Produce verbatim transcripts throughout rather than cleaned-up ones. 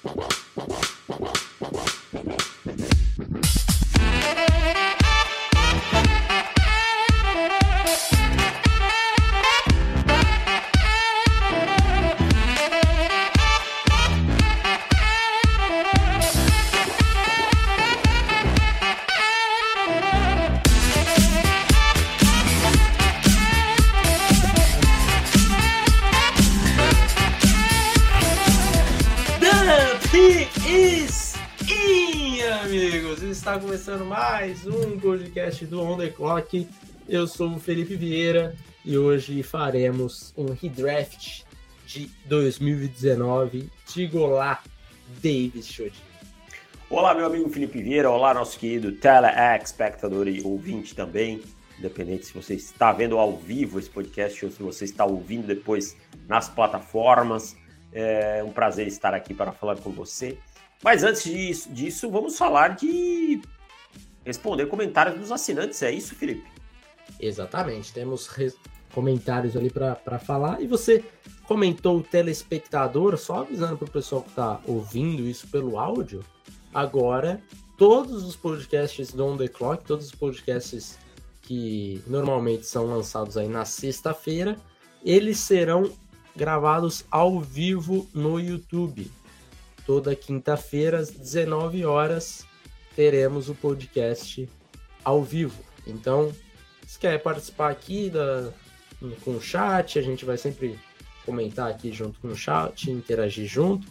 Está começando mais um podcast do On The Clock. Eu sou o Felipe Vieira e hoje faremos um redraft de dois mil e dezenove de Golá Davis Chodini. Olá, meu amigo Felipe Vieira, olá, nosso querido telespectador e ouvinte também, independente se você está vendo ao vivo esse podcast ou se você está ouvindo depois nas plataformas. É um prazer estar aqui para falar com você. Mas antes disso, disso, vamos falar de responder comentários dos assinantes. É isso, Felipe? Exatamente. Temos re- comentários ali para falar. E você comentou o telespectador, só avisando para o pessoal que está ouvindo isso pelo áudio. Agora, todos os podcasts do On The Clock, todos os podcasts que normalmente são lançados aí na sexta-feira, eles serão gravados ao vivo no YouTube. Toda quinta-feira, às dezenove horas, teremos o podcast ao vivo. Então, se quer participar aqui da, com o chat, a gente vai sempre comentar aqui junto com o chat, interagir junto.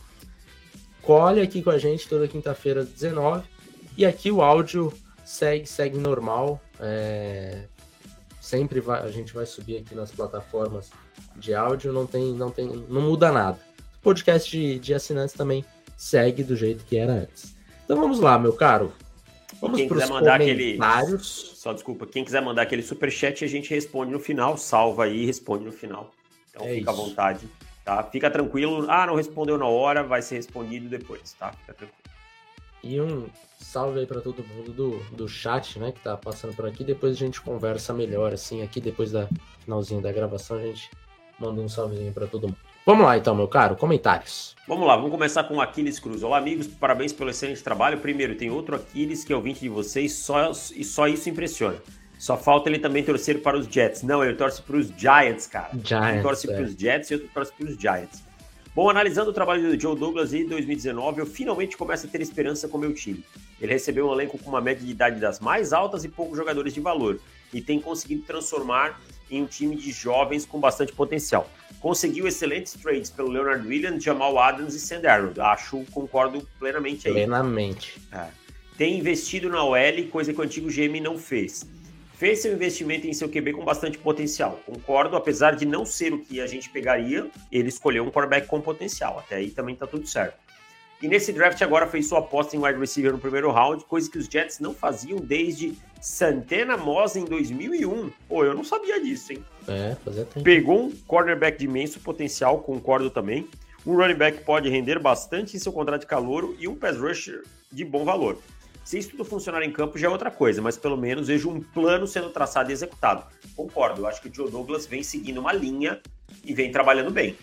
Colhe aqui com a gente toda quinta-feira, às dezenove. E aqui o áudio segue, segue normal. É, sempre vai, a gente vai subir aqui nas plataformas de áudio, não, tem, não, tem, não muda nada. O podcast de, de assinantes também segue do jeito que era antes. Então vamos lá, meu caro. Vamos para os comentários. Aquele... Só desculpa, quem quiser mandar aquele superchat, a gente responde no final. Salva aí e responde no final. Então é fica isso. À vontade, tá? Fica tranquilo. Ah, não respondeu na hora, vai ser respondido depois, tá? Fica tranquilo. E um salve aí para todo mundo do, do chat, né, que tá passando por aqui. Depois a gente conversa melhor, assim, aqui depois da finalzinho da gravação, a gente manda um salvezinho para todo mundo. Vamos lá então, meu caro, comentários. Vamos lá, vamos começar com o Aquiles Cruz. Olá, amigos, parabéns pelo excelente trabalho. Primeiro, tem outro Aquiles que é ouvinte de vocês, só, e só isso impressiona. Só falta ele também torcer para os Jets. Não, ele torce para os Giants, cara. Giants, um torce é. para os Jets e outro torce para os Giants. Bom, analisando o trabalho do Joe Douglas em dois mil e dezenove, eu finalmente começo a ter esperança com o meu time. Ele recebeu um elenco com uma média de idade das mais altas e poucos jogadores de valor, e tem conseguido transformar em um time de jovens com bastante potencial. Conseguiu excelentes trades pelo Leonard Williams, Jamal Adams e Sam Darnold. Acho, concordo plenamente aí. Plenamente. É. Tem investido na O L, coisa que o antigo G M não fez. Fez seu investimento em seu Q B com bastante potencial. Concordo, apesar de não ser o que a gente pegaria, ele escolheu um quarterback com potencial. Até aí também tá tudo certo. E nesse draft agora fez sua aposta em wide receiver no primeiro round, coisa que os Jets não faziam desde Santana Moss em dois mil e um. Pô, eu não sabia disso, hein? É, fazia tempo. Pegou um cornerback de imenso potencial, concordo também. Um running back pode render bastante em seu contrato de calouro e um pass rusher de bom valor. Se isso tudo funcionar em campo já é outra coisa, mas pelo menos vejo um plano sendo traçado e executado. Concordo, eu acho que o Joe Douglas vem seguindo uma linha e vem trabalhando bem.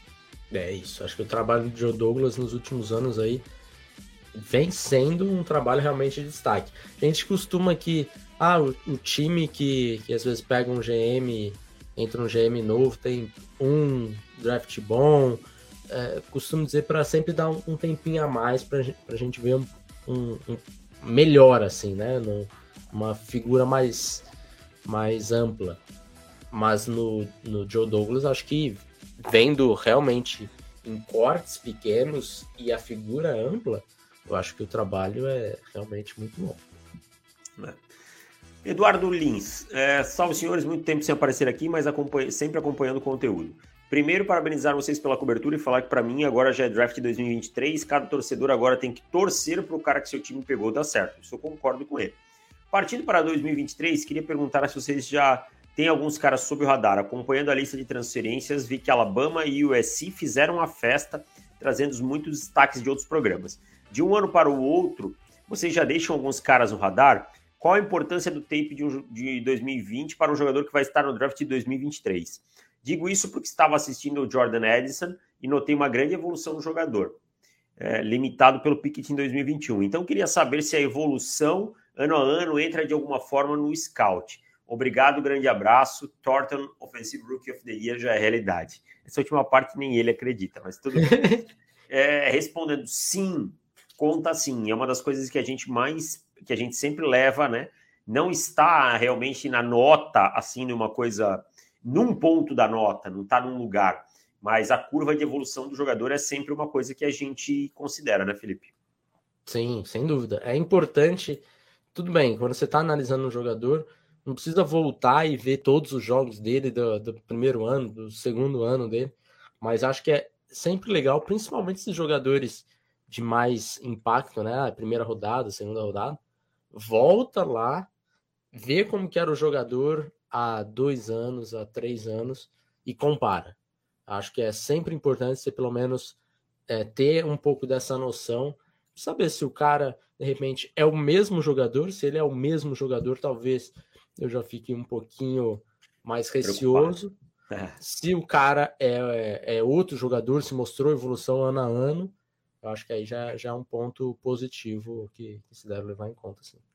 É isso, acho que o trabalho do Joe Douglas nos últimos anos aí vem sendo um trabalho realmente de destaque. A gente costuma que ah, o, o time que, que às vezes pega um G M, entra um G M novo, tem um draft bom, é, costumo dizer para sempre dar um, um tempinho a mais para a gente ver um, um, um melhor assim, né? No, uma figura mais, mais ampla. Mas no, no Joe Douglas, acho que vendo realmente em cortes pequenos e a figura ampla, eu acho que o trabalho é realmente muito bom. É. Eduardo Lins, é, salve senhores, muito tempo sem aparecer aqui, mas acompanha, sempre acompanhando o conteúdo. Primeiro, parabenizar vocês pela cobertura e falar que para mim agora já é draft dois mil e vinte e três, cada torcedor agora tem que torcer para o cara que seu time pegou dar certo. Isso eu concordo com ele. Partindo para dois mil e vinte e três, queria perguntar se vocês já têm alguns caras sob o radar. Acompanhando a lista de transferências, vi que Alabama e U S C fizeram a festa, trazendo muitos destaques de outros programas. De um ano para o outro, vocês já deixam alguns caras no radar? Qual a importância do tape de, um, de dois mil e vinte para um jogador que vai estar no draft de dois mil e vinte e três? Digo isso porque estava assistindo o Jordan Addison e notei uma grande evolução no jogador. é, limitado pelo Pickett em dois mil e vinte e um. Então, queria saber se a evolução, ano a ano, entra de alguma forma no scout. Obrigado, grande abraço. Thornton, Offensive Rookie of the Year, já é realidade. Essa última parte nem ele acredita, mas tudo bem. É, respondendo, sim, conta sim. É uma das coisas que a gente mais, que a gente sempre leva, né? Não está realmente na nota, assim, numa coisa, num ponto da nota, não está num lugar. Mas a curva de evolução do jogador é sempre uma coisa que a gente considera, né, Felipe? Sim, sem dúvida. É importante, tudo bem, quando você está analisando um jogador, não precisa voltar e ver todos os jogos dele do, do primeiro ano, do segundo ano dele, mas acho que é sempre legal, principalmente esses jogadores de mais impacto, né? Primeira rodada, segunda rodada, volta lá, vê como que era o jogador há dois anos, há três anos e compara. Acho que é sempre importante você pelo menos é, ter um pouco dessa noção, saber se o cara, de repente, é o mesmo jogador, se ele é o mesmo jogador, talvez eu já fique um pouquinho mais receoso. É. Se o cara é, é, é outro jogador, se mostrou evolução ano a ano, eu acho que aí já, já é um ponto positivo que, que se deve levar em conta. Assim.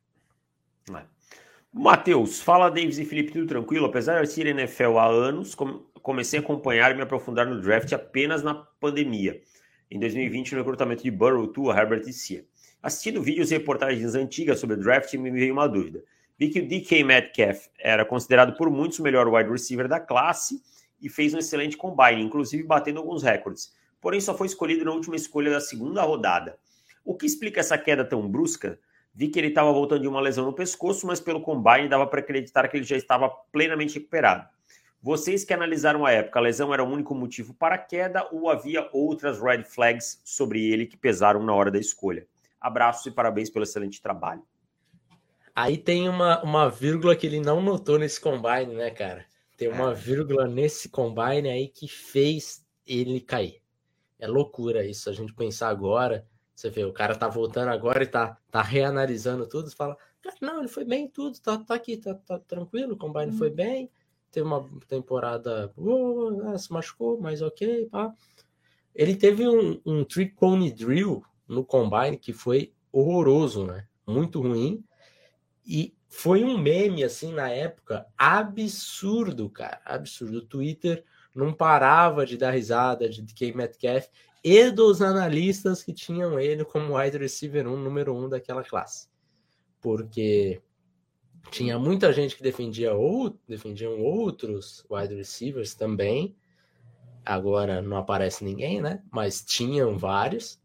É. Matheus, fala Davis e Felipe, tudo tranquilo? Apesar de assistir N F L há anos, comecei a acompanhar e me aprofundar no draft apenas na pandemia. Em dois mil e vinte, no recrutamento de Burrow, Tua, Herbert e Cia. Assistindo vídeos e reportagens antigas sobre o draft, me veio uma dúvida. Vi que o D K Metcalf era considerado por muitos o melhor wide receiver da classe e fez um excelente combine, inclusive batendo alguns recordes. Porém, só foi escolhido na última escolha da segunda rodada. O que explica essa queda tão brusca? Vi que ele estava voltando de uma lesão no pescoço, mas pelo combine dava para acreditar que ele já estava plenamente recuperado. Vocês que analisaram a época, a lesão era o único motivo para a queda ou havia outras red flags sobre ele que pesaram na hora da escolha? Abraços e parabéns pelo excelente trabalho. Aí tem uma, uma vírgula que ele não notou nesse combine, né, cara? Tem uma é. vírgula nesse combine aí que fez ele cair. É loucura isso, a gente pensar agora. Você vê, o cara tá voltando agora e tá, tá reanalisando tudo. Você fala, não, ele foi bem tudo, tá, tá aqui, tá, tá tranquilo, o combine hum. foi bem. Teve uma temporada, oh, se machucou, mas ok, pá. Ele teve um, um three cone drill no combine que foi horroroso, né? Muito ruim. E foi um meme, assim, na época, absurdo, cara, absurdo. O Twitter não parava de dar risada de D K Metcalf e dos analistas que tinham ele como wide receiver um, número um daquela classe. Porque tinha muita gente que defendia ou, defendiam outros wide receivers também. Agora não aparece ninguém, né? Mas tinham vários.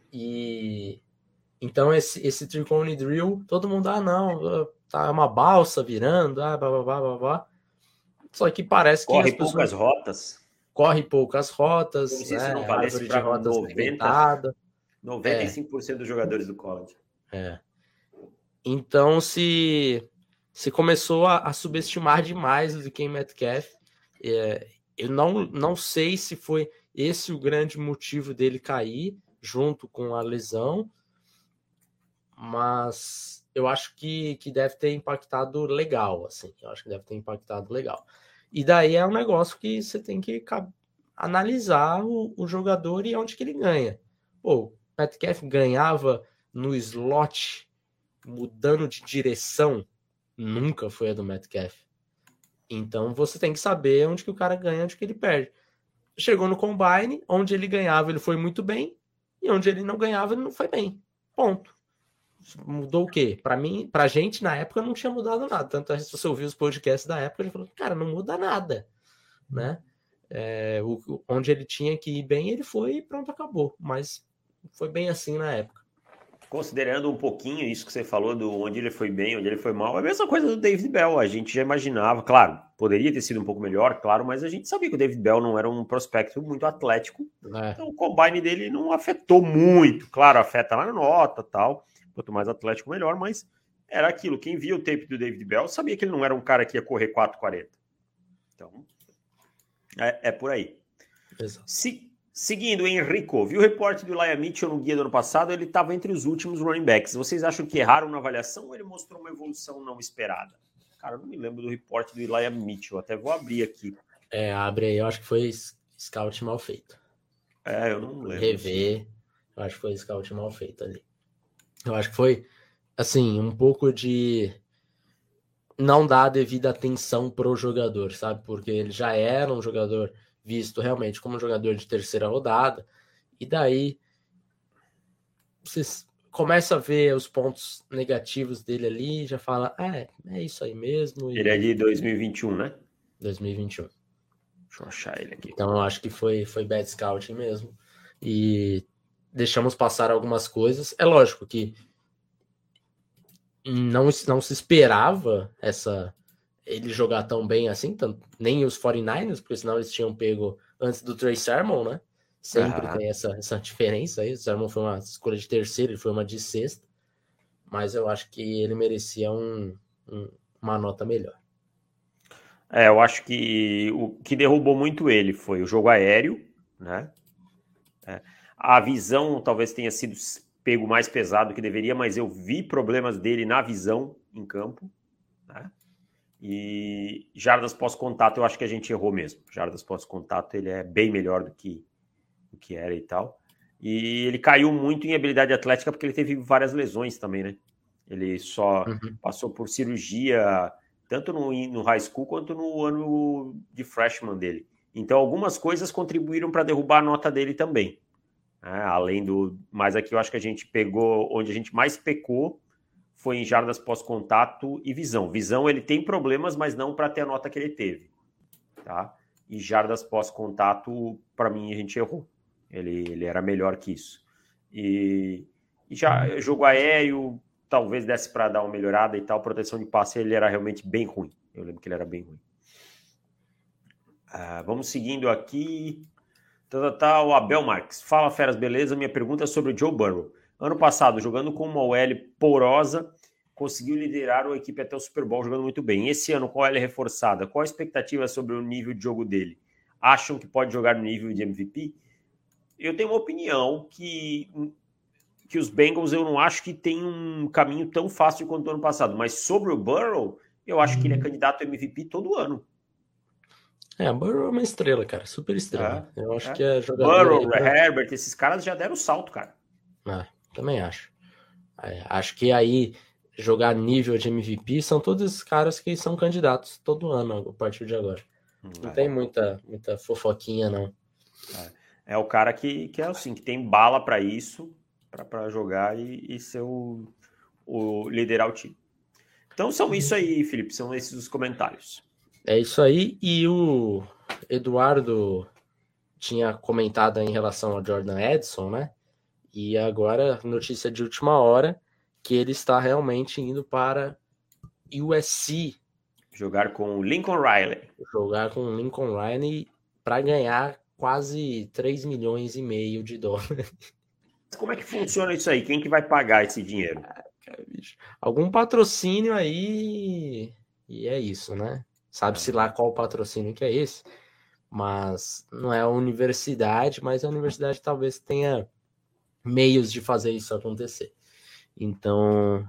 E... Então, esse, esse three-cone drill, todo mundo, ah, não, tá uma balsa virando, ah, blá, blá, blá, blá, blá. Só que parece que corre as pessoas... poucas rotas. Corre poucas rotas, não sei né? Se não parece de rotas noventa, noventa e cinco por cento é. dos jogadores do college. É. Então, se, se começou a, a subestimar demais o D K Metcalf, é, eu não, não sei se foi esse o grande motivo dele cair, junto com a lesão, mas eu acho que, que deve ter impactado legal, assim, eu acho que deve ter impactado legal. E daí é um negócio que você tem que analisar o, o jogador e onde que ele ganha. Pô, o Metcalf ganhava no slot, mudando de direção, nunca foi a do Metcalf. Então você tem que saber onde que o cara ganha, onde que ele perde. Chegou no combine, onde ele ganhava ele foi muito bem, e onde ele não ganhava ele não foi bem. Ponto. Mudou o quê? Pra mim, pra gente, na época, não tinha mudado nada. Tanto se você ouvir os podcasts da época, ele falou, cara, não muda nada. Né? É, o, onde ele tinha que ir bem, ele foi e pronto, acabou. Mas foi bem assim na época. Considerando um pouquinho isso que você falou, do onde ele foi bem, onde ele foi mal, é a mesma coisa do David Bell. A gente já imaginava, claro, poderia ter sido um pouco melhor, claro, mas a gente sabia que o David Bell não era um prospecto muito atlético. É. Então o combine dele não afetou muito. Claro, afeta na nota e tal. Quanto mais atlético, melhor, mas era aquilo. Quem via o tape do David Bell sabia que ele não era um cara que ia correr quatro quarenta. Então, é, é por aí. Se, seguindo, Henrico, viu o reporte do Elijah Mitchell no guia do ano passado? Ele estava entre os últimos running backs. Vocês acham que erraram na avaliação ou ele mostrou uma evolução não esperada? Cara, eu não me lembro do reporte do Elijah Mitchell. Até vou abrir aqui. É, abre aí. Eu acho que foi scout mal feito. É, eu não lembro. Rever. Eu acho que foi scout mal feito ali. Eu acho que foi, assim, um pouco de não dar a devida atenção pro jogador, sabe? Porque ele já era um jogador visto realmente como um jogador de terceira rodada, e daí você começa a ver os pontos negativos dele ali e já fala, ah, é, é isso aí mesmo. E ele é de dois mil e vinte e um, né? dois mil e vinte e um. Deixa eu achar ele aqui. Então eu acho que foi, foi bad scouting mesmo. E deixamos passar algumas coisas. É lógico que não, não se esperava essa ele jogar tão bem assim, tanto, nem os forty-niners, porque senão eles tinham pego antes do Trey Sermon, né? Sempre uhum. tem essa, essa diferença aí. O Sermon foi uma escolha de terceira, ele foi uma de sexta. Mas eu acho que ele merecia um, um, uma nota melhor. É, eu acho que o que derrubou muito ele foi o jogo aéreo, né? É. A visão talvez tenha sido pego mais pesado do que deveria, mas eu vi problemas dele na visão em campo, né? E jardas pós-contato eu acho que a gente errou mesmo. Jardas pós-contato ele é bem melhor do que, do que era e tal. E ele caiu muito em habilidade atlética porque ele teve várias lesões também, né? Ele só uhum. passou por cirurgia tanto no, no high school quanto no ano de freshman dele. Então algumas coisas contribuíram para derrubar a nota dele também. É, além do... Mas aqui eu acho que a gente pegou... Onde a gente mais pecou foi em jardas pós-contato e visão. Visão ele tem problemas, mas não para ter a nota que ele teve. Tá? E jardas pós-contato, para mim, a gente errou. Ele, ele era melhor que isso. E, e já jogo aéreo, talvez desse para dar uma melhorada e tal. Proteção de passe, ele era realmente bem ruim. Eu lembro que ele era bem ruim. Ah, vamos seguindo aqui. Tá, tá, o Abel Marques. Fala, feras, beleza? Minha pergunta é sobre o Joe Burrow. Ano passado, jogando com uma O L porosa, conseguiu liderar a equipe até o Super Bowl jogando muito bem. Esse ano, com a O L reforçada, qual a expectativa sobre o nível de jogo dele? Acham que pode jogar no nível de M V P? Eu tenho uma opinião que, que os Bengals eu não acho que tem um caminho tão fácil quanto o ano passado, mas sobre o Burrow, eu acho que ele é candidato a M V P todo ano. É, o Burrow é uma estrela, cara, super estrela. É, eu acho é. que é jogador... Burrow, pra... Herbert, esses caras já deram salto, cara. Ah, também acho. É, acho que aí jogar nível de M V P são todos esses caras que são candidatos todo ano a partir de agora. Hum, não é. tem muita, muita fofoquinha, não. É, é o cara que, que é assim, que tem bala para isso, para jogar e, e ser o, o liderar o time. Então são isso aí, Felipe, são esses os comentários. É isso aí, e o Eduardo tinha comentado em relação ao Jordan Edson, né? E agora, notícia de última hora, que ele está realmente indo para U S C. Jogar com o Lincoln Riley. Jogar com o Lincoln Riley para ganhar quase três milhões e meio de dólares. Como é que funciona isso aí? Quem que vai pagar esse dinheiro? Algum patrocínio aí, e é isso, né? Sabe-se lá qual patrocínio que é esse, mas não é a universidade, mas a universidade talvez tenha meios de fazer isso acontecer. Então,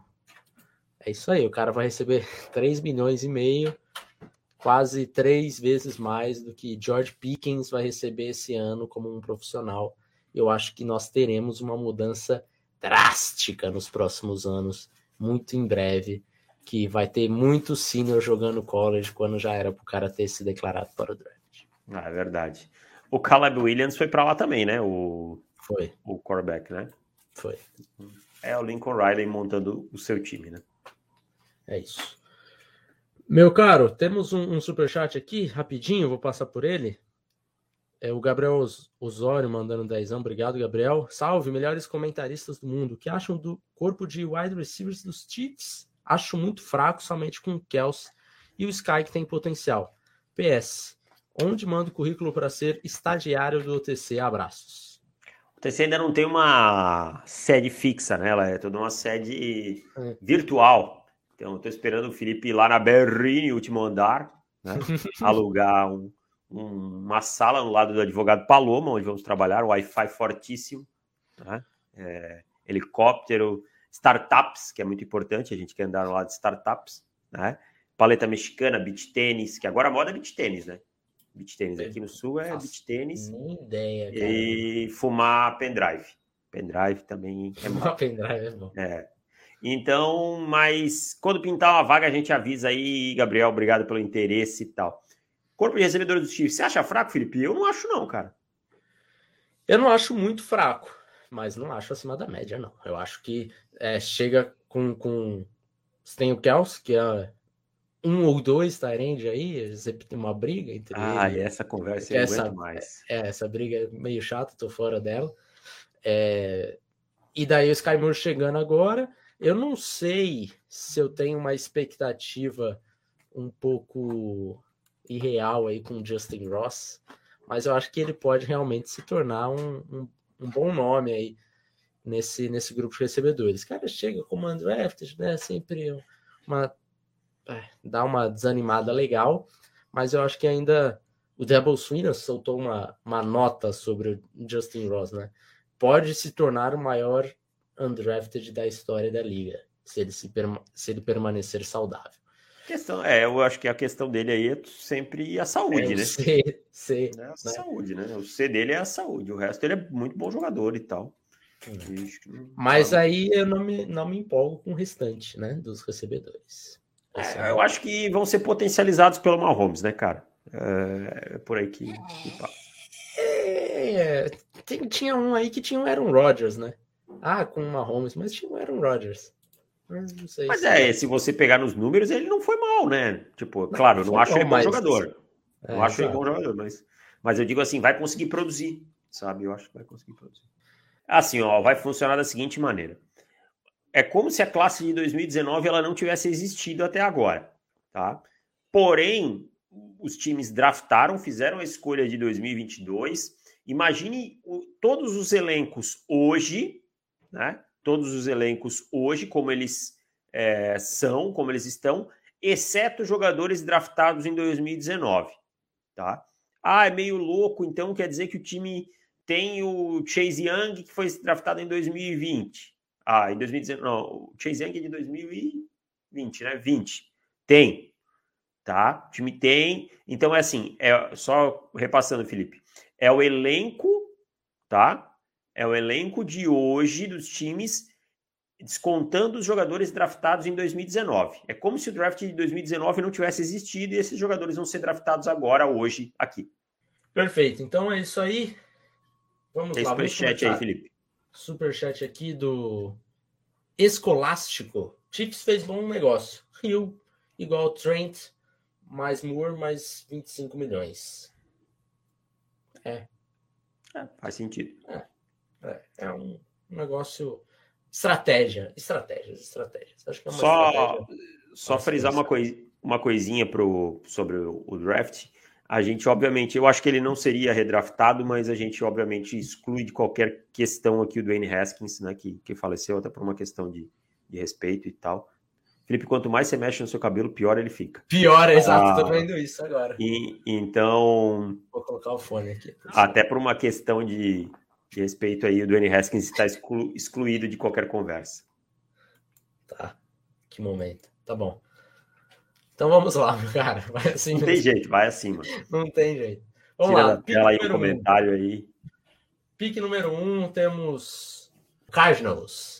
é isso aí. O cara vai receber três milhões e meio, quase três vezes mais do que George Pickens vai receber esse ano como um profissional. Eu acho que nós teremos uma mudança drástica nos próximos anos, muito em breve, que vai ter muito senior jogando college quando já era para o cara ter se declarado para o draft. Ah, é verdade. O Caleb Williams foi para lá também, né? O... Foi. O quarterback, né? Foi. É o Lincoln Riley montando o seu time, né? É isso. Meu caro, temos um, um superchat aqui, rapidinho, vou passar por ele. É o Gabriel Osório mandando dezão. Obrigado, Gabriel. Salve, melhores comentaristas do mundo. O que acham do corpo de wide receivers dos Chiefs? Acho muito fraco, somente com o Kelsey e o Sky que tem potencial. P S. Onde manda o currículo para ser estagiário do O T C? Abraços. O O T C ainda não tem uma sede fixa, né? Ela é toda uma sede é. virtual. Então, eu estou esperando o Felipe ir lá na Berrini, último andar, né? alugar um, um, uma sala no lado do advogado Paloma, onde vamos trabalhar, Wi-Fi fortíssimo, né? é, helicóptero, startups, que é muito importante, a gente quer andar no lado de startups, né? Paleta mexicana, beach tênis, que agora a moda é beach tênis, né? Beach tênis aqui no sul é beach tênis. Nem ideia, cara. E fumar pendrive. Pendrive também é bom. Pendrive é bom. É. Então, mas quando pintar uma vaga, a gente avisa aí, Gabriel, obrigado pelo interesse e tal. Corpo de recebedores dos Chiefs, você acha fraco, Felipe? Eu não acho não, cara. Eu não acho muito fraco, mas não acho acima da média, não. Eu acho que é, chega com, com... Você tem o Kels, que é um ou dois Tyrande aí, sempre tem uma briga entre ah, ele. Ah, essa conversa eu essa, aguento mais. É, essa briga é meio chata, tô fora dela. É, e daí o Sky Moore chegando agora, eu não sei se eu tenho uma expectativa um pouco irreal aí com o Justin Ross, mas eu acho que ele pode realmente se tornar um, um, um bom nome aí nesse, nesse grupo de recebedores. Cara, chega como undrafted, né? Sempre uma... É, dá uma desanimada legal, mas eu acho que ainda o Debo Swinney soltou uma, uma nota sobre o Justin Ross, né? Pode se tornar o maior undrafted da história da liga, se ele, se, se ele permanecer saudável. Questão, é, eu acho que a questão dele aí é sempre a saúde, é, né? C, C, é a né? saúde, né? O C dele é a saúde, o resto ele é muito bom jogador e tal. Hum. Mas aí eu não me, não me empolgo com o restante, né, dos recebedores. É, eu acho que vão ser potencializados pelo Mahomes, né, cara? É, é por aí que, que passa. É, tem, tinha um aí que tinha um Aaron Rodgers, né? Ah, com o Mahomes, mas tinha um Aaron Rodgers. Não sei mas se é, se você pegar nos números, ele não foi mal, né? Tipo, claro, eu não acho ele bom mas... jogador. Não é, acho exato. ele bom jogador, mas, mas eu digo assim, vai conseguir produzir, sabe? Eu acho que vai conseguir produzir. Assim, ó, vai funcionar da seguinte maneira. É como se a classe de dois mil e dezenove ela não tivesse existido até agora, tá? Porém, os times draftaram, fizeram a escolha de dois mil e vinte e dois. Imagine o, todos os elencos hoje, né? Todos os elencos hoje, como eles é, são, como eles estão, exceto jogadores draftados em dois mil e dezenove, tá? Ah, é meio louco, então quer dizer que o time tem o Chase Young, que foi draftado em dois mil e vinte. Ah, em dois mil e dezenove, não, o Chase Young é de dois mil e vinte, né? vinte. Tem, tá? O time tem. Então é assim, é só repassando, Felipe. É o elenco, tá? É o elenco de hoje dos times, descontando os jogadores draftados em dois mil e dezenove. É como se o draft de dois mil e dezenove não tivesse existido e esses jogadores vão ser draftados agora, hoje, aqui. Perfeito. Então é isso aí. Vamos tem lá. Tem superchat aí, Felipe. Superchat aqui do Escolástico. Chiefs fez bom negócio. Hill igual Trent, mais Moore, mais vinte e cinco milhões. É. é faz sentido. É, é, é um negócio... Estratégia. Estratégias, estratégias. Acho que é uma só estratégia só frisar uma, coi, uma coisinha pro, sobre o, o draft. A gente, obviamente, eu acho que ele não seria redraftado, mas a gente, obviamente, exclui de qualquer questão aqui o Dwayne Haskins, né, que, que faleceu até por uma questão de, de respeito e tal. Felipe, quanto mais você mexe no seu cabelo, pior ele fica. Pior, exato, ah, tô vendo isso agora. E, então... Vou colocar o fone aqui. Até por uma questão de, de respeito aí, o Dwayne Haskins está exclu, excluído de qualquer conversa. Tá, que momento. Tá bom. Então vamos lá, meu cara. Vai assim não mesmo. tem jeito, vai acima. Não tem jeito. Vamos Tira lá. da tela aí um comentário um. aí. Pique número um, temos Cardinals.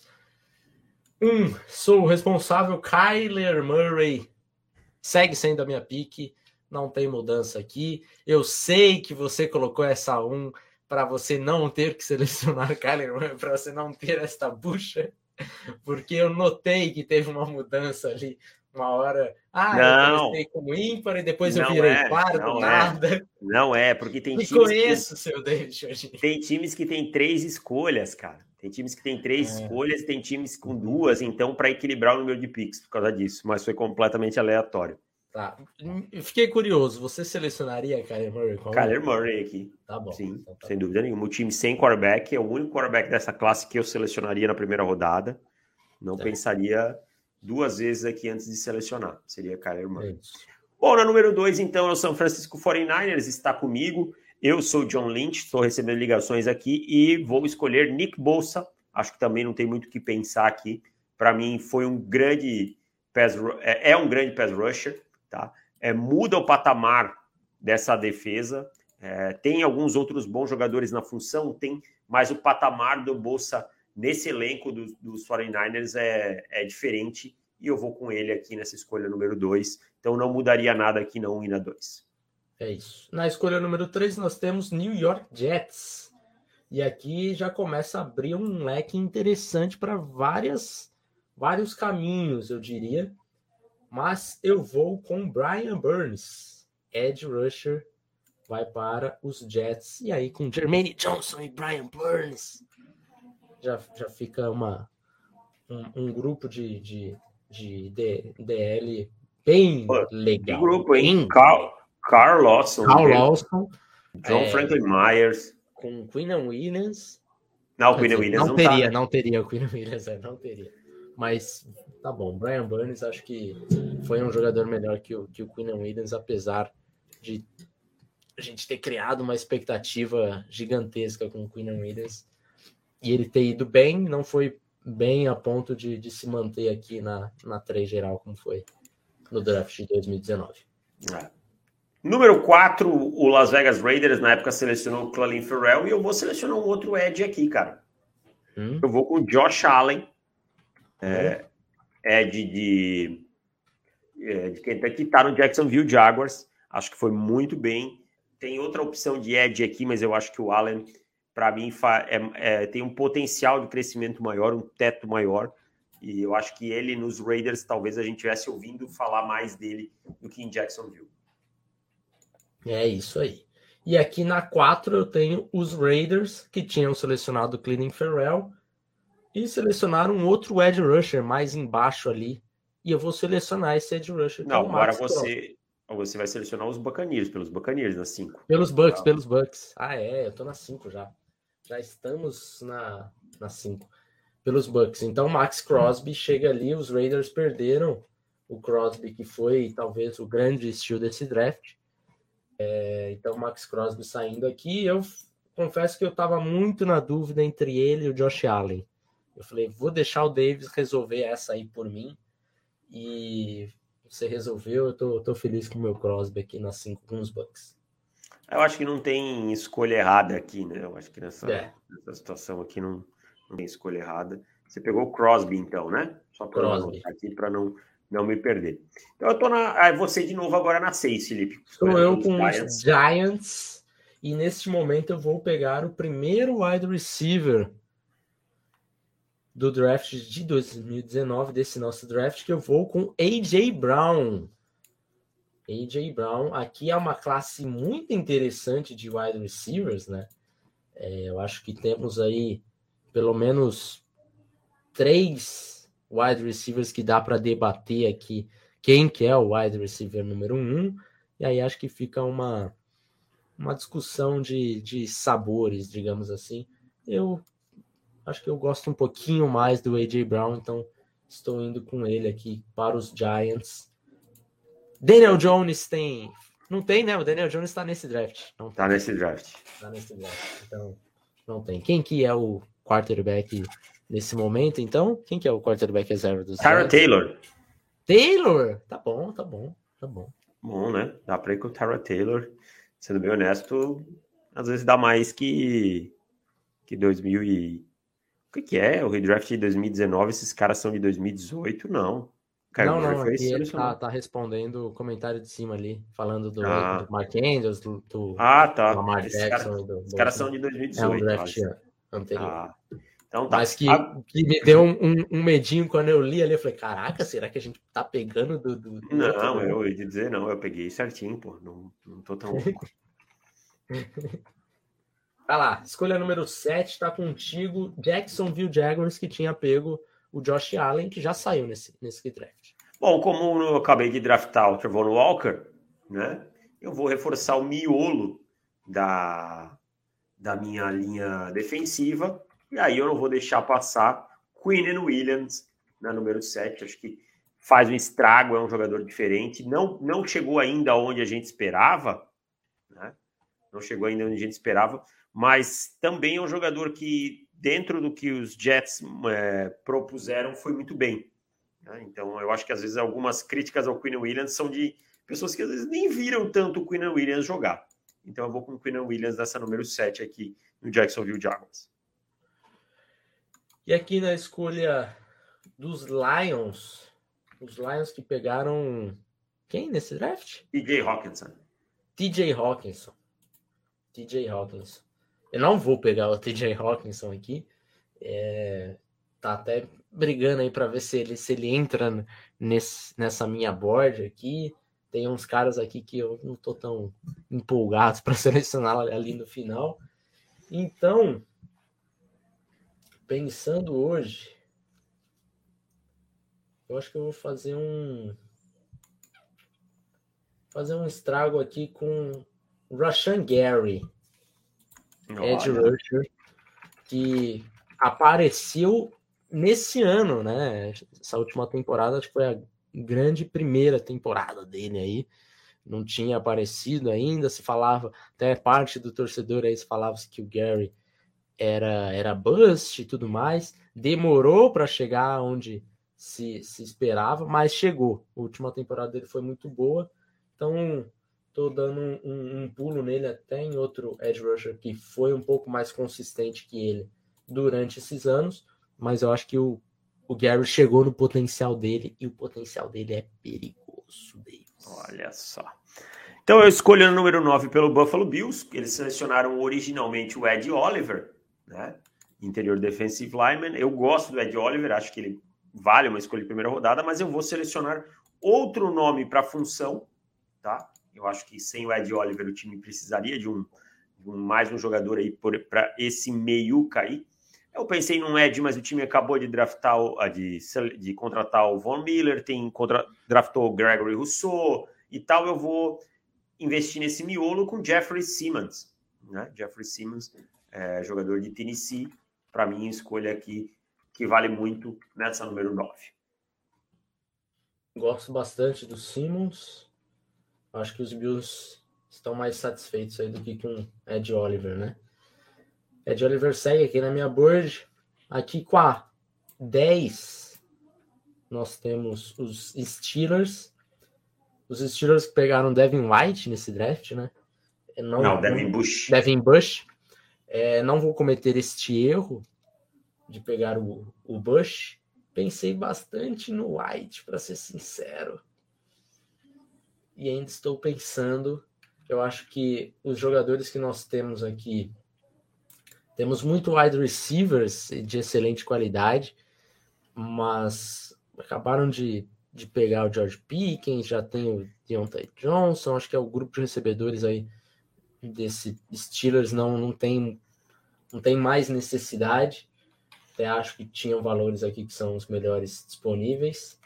Um, sou o responsável, Kyler Murray. Segue sendo a minha pique. Não tem mudança aqui. Eu sei que você colocou essa um para você não ter que selecionar Kyler Murray, para você não ter esta bucha. Porque eu notei que teve uma mudança ali. Uma hora, ah, não, eu comecei como ímpar e depois eu virei é, par do nada. É, não é, porque tem Me times conheço, que, seu David. Hoje. Tem times que tem três escolhas, cara. Tem times que tem três é. escolhas e tem times com duas, então, para equilibrar o número de picks por causa disso. Mas foi completamente aleatório. Tá. Eu fiquei curioso. Você selecionaria Kyler Murray? Qual Kyler é? Murray aqui. Tá bom. Sim, então tá sem bom. dúvida nenhuma. O time sem quarterback é o único quarterback dessa classe que eu selecionaria na primeira rodada. Não é. pensaria duas vezes aqui antes de selecionar. Seria Kyler Murray. É bom, na número dois, então, é o San Francisco forty-niners. Está comigo. Eu sou o John Lynch. Estou recebendo ligações aqui e vou escolher Nick Bosa. Acho que também não tem muito o que pensar aqui. Para mim, foi um grande pass, é um grande pass rusher. Tá? É, muda o patamar dessa defesa. É, tem alguns outros bons jogadores na função, tem, mas o patamar do Bosa nesse elenco do, dos quarenta e nine ers é, é diferente, e eu vou com ele aqui nessa escolha número dois, então não mudaria nada aqui na um e na dois. É isso. Na escolha número três nós temos New York Jets, e aqui já começa a abrir um leque interessante para várias vários caminhos, eu diria, mas eu vou com Brian Burns, edge rusher, vai para os Jets, e aí com Jermaine Johnson e Brian Burns, já, já fica uma, um, um grupo de, de, de D, DL bem Pô, legal. Que grupo, hein? Carl, Carl Lawson. Carl Lawson. John é, Franklin Myers. Com Quinnen Williams. Não, o Quinnen Williams não, não teria, tá. não teria o Quinnen Williams, é, não teria. Mas tá bom, Brian Burns acho que foi um jogador melhor que o, que o Quinnen Williams, apesar de a gente ter criado uma expectativa gigantesca com o Quinnen Williams e ele ter ido bem, não foi bem a ponto de, de se manter aqui na, na três geral, como foi no draft de dois mil e dezenove. É. Número quatro, o Las Vegas Raiders, na época selecionou o Clelin Ferrell, e eu vou selecionar um outro edge aqui, cara. Hum? Eu vou com o Josh Allen, é, edge de, é, de Kentucky, tá no Jacksonville Jaguars, acho que foi muito bem. Tem outra opção de edge aqui, mas eu acho que o Allen, para mim, é, é, tem um potencial de crescimento maior, um teto maior, e eu acho que ele nos Raiders, talvez a gente tivesse ouvindo falar mais dele do que em Jacksonville. É isso aí. E aqui na quatro eu tenho os Raiders, que tinham selecionado o Clelin Ferrell, e selecionaram um outro edge rusher mais embaixo ali, e eu vou selecionar esse edge rusher. Não, agora você... Você vai selecionar os Buccaneers, pelos Buccaneers na cinco. Pelos Bucks, ah. pelos Bucks. Ah, é, eu tô na cinco já. Já estamos na, na cinco. Pelos Bucks. Então, Max Crosby chega ali, os Raiders perderam o Crosby, que foi talvez o grande estilo desse draft. É, então, Max Crosby saindo aqui. Eu confesso que eu tava muito na dúvida entre ele e o Josh Allen. Eu falei, vou deixar o Davis resolver essa aí por mim. E... você resolveu, eu tô, tô feliz com o meu Crosby aqui nas cinco com os Bucks. Eu acho que não tem escolha errada aqui, né? Eu acho que nessa, é. nessa situação aqui não, não tem escolha errada. Você pegou o Crosby, então, né? Só para anotar aqui para não, não me perder. Então eu tô na. Ah, você de novo agora na seis, Felipe. Estou eu com Giants. os Giants, e neste momento eu vou pegar o primeiro wide receiver do draft de dois mil e dezenove, desse nosso draft, que eu vou com A J Brown. A J Brown, aqui é uma classe muito interessante de wide receivers, né? É, eu acho que temos aí pelo menos três wide receivers que dá para debater aqui quem que é o wide receiver número um, e aí acho que fica uma, uma discussão de, de sabores, digamos assim. Eu acho que eu gosto um pouquinho mais do A J Brown, então estou indo com ele aqui para os Giants. Daniel Jones tem... Não tem, né? O Daniel Jones está nesse draft. Não tá nesse draft. Está nesse draft, então não tem. Quem que é o quarterback nesse momento, então? Quem que é o quarterback reserva dos Tyrod Taylor. Taylor? Tá bom, tá bom, tá bom. Bom, né? Dá para ir com o Tyrod Taylor. Sendo bem honesto, às vezes dá mais que, que dois mil e... O que, que é? O redraft de dois mil e dezenove, esses caras são de dois mil e dezoito? Não. Cara, não, não, aqui ele tá, tá respondendo o comentário de cima ali, falando do, ah. do Mark Andrews, do, do ah, tá. Lamar Jackson. Cara, do, os caras são de dois mil e dezoito. É um draft quase. Anterior. Ah. Então, tá. Mas que, que me deu um, um, um medinho quando eu li ali, eu falei, caraca, será que a gente tá pegando do... do, do não, eu ia dizer não, eu peguei certinho, pô, não, não tô tão louco. Vai lá, escolha número sete, tá contigo, Jacksonville Jaguars, que tinha pego o Josh Allen, que já saiu nesse, nesse draft. Bom, como eu acabei de draftar o Trevor Walker, né, eu vou reforçar o miolo da, da minha linha defensiva, e aí eu não vou deixar passar Quinnen Williams na número sete, acho que faz um estrago, é um jogador diferente, não, não chegou ainda onde a gente esperava, né, não chegou ainda onde a gente esperava, mas também é um jogador que, dentro do que os Jets é, propuseram, foi muito bem. Né? Então, eu acho que, às vezes, algumas críticas ao Quinnen Williams são de pessoas que, às vezes, nem viram tanto o Quinnen Williams jogar. Então eu vou com o Quinnen Williams nessa número sete aqui no Jacksonville Jaguars. E aqui na escolha dos Lions, os Lions que pegaram quem nesse draft? T J Hockenson. T J Hockenson. T J Hockenson. Eu não vou pegar o T J Hockenson aqui. É, tá até brigando aí para ver se ele, se ele entra nesse, nessa minha board aqui. Tem uns caras aqui que eu não tô tão empolgado para selecionar ali no final. Então, pensando hoje, eu acho que eu vou fazer um fazer um estrago aqui com Rashan Gary, edge rusher, que apareceu nesse ano, né? Essa última temporada acho que foi a grande primeira temporada dele aí. Não tinha aparecido ainda, se falava, até parte do torcedor aí se falava que o Gary era, era bust e tudo mais. Demorou para chegar onde se, se esperava, mas chegou. A última temporada dele foi muito boa, então tô dando um, um, um pulo nele até em outro edge rusher que foi um pouco mais consistente que ele durante esses anos, mas eu acho que o, o Gary chegou no potencial dele e o potencial dele é perigoso, Davis. Olha só. Então eu escolho o número nove pelo Buffalo Bills. Eles selecionaram originalmente o Ed Oliver, né? Interior defensive lineman. Eu gosto do Ed Oliver, acho que ele vale uma escolha de primeira rodada, mas eu vou selecionar outro nome para a função, tá? Eu acho que sem o Ed Oliver o time precisaria de um, de um mais um jogador aí para esse meio cair. Eu pensei num Ed, mas o time acabou de draftar, de, de contratar o Von Miller, tem contra, draftou o Gregory Rousseau e tal. Eu vou investir nesse miolo com Jeffrey Simmons, né? Jeffrey Simmons, é, jogador de Tennessee, para mim, escolha aqui que vale muito nessa número nove. Gosto bastante do Simmons. Acho que os Bills estão mais satisfeitos aí do que com Ed Oliver, né? Ed Oliver segue aqui na minha board. Aqui com a dez, nós temos os Steelers. Os Steelers pegaram Devin White nesse draft, né? Não, não Devin Bush. Devin Bush. É, não vou cometer este erro de pegar o, o Bush. Pensei bastante no White, para ser sincero. E ainda estou pensando. Eu acho que os jogadores que nós temos aqui, temos muito wide receivers de excelente qualidade, mas acabaram de, de pegar o George Pickens, já tem o Deontay Johnson, acho que é o grupo de recebedores aí desse Steelers não, não, tem, não tem mais necessidade. Até acho que tinham valores aqui que são os melhores disponíveis.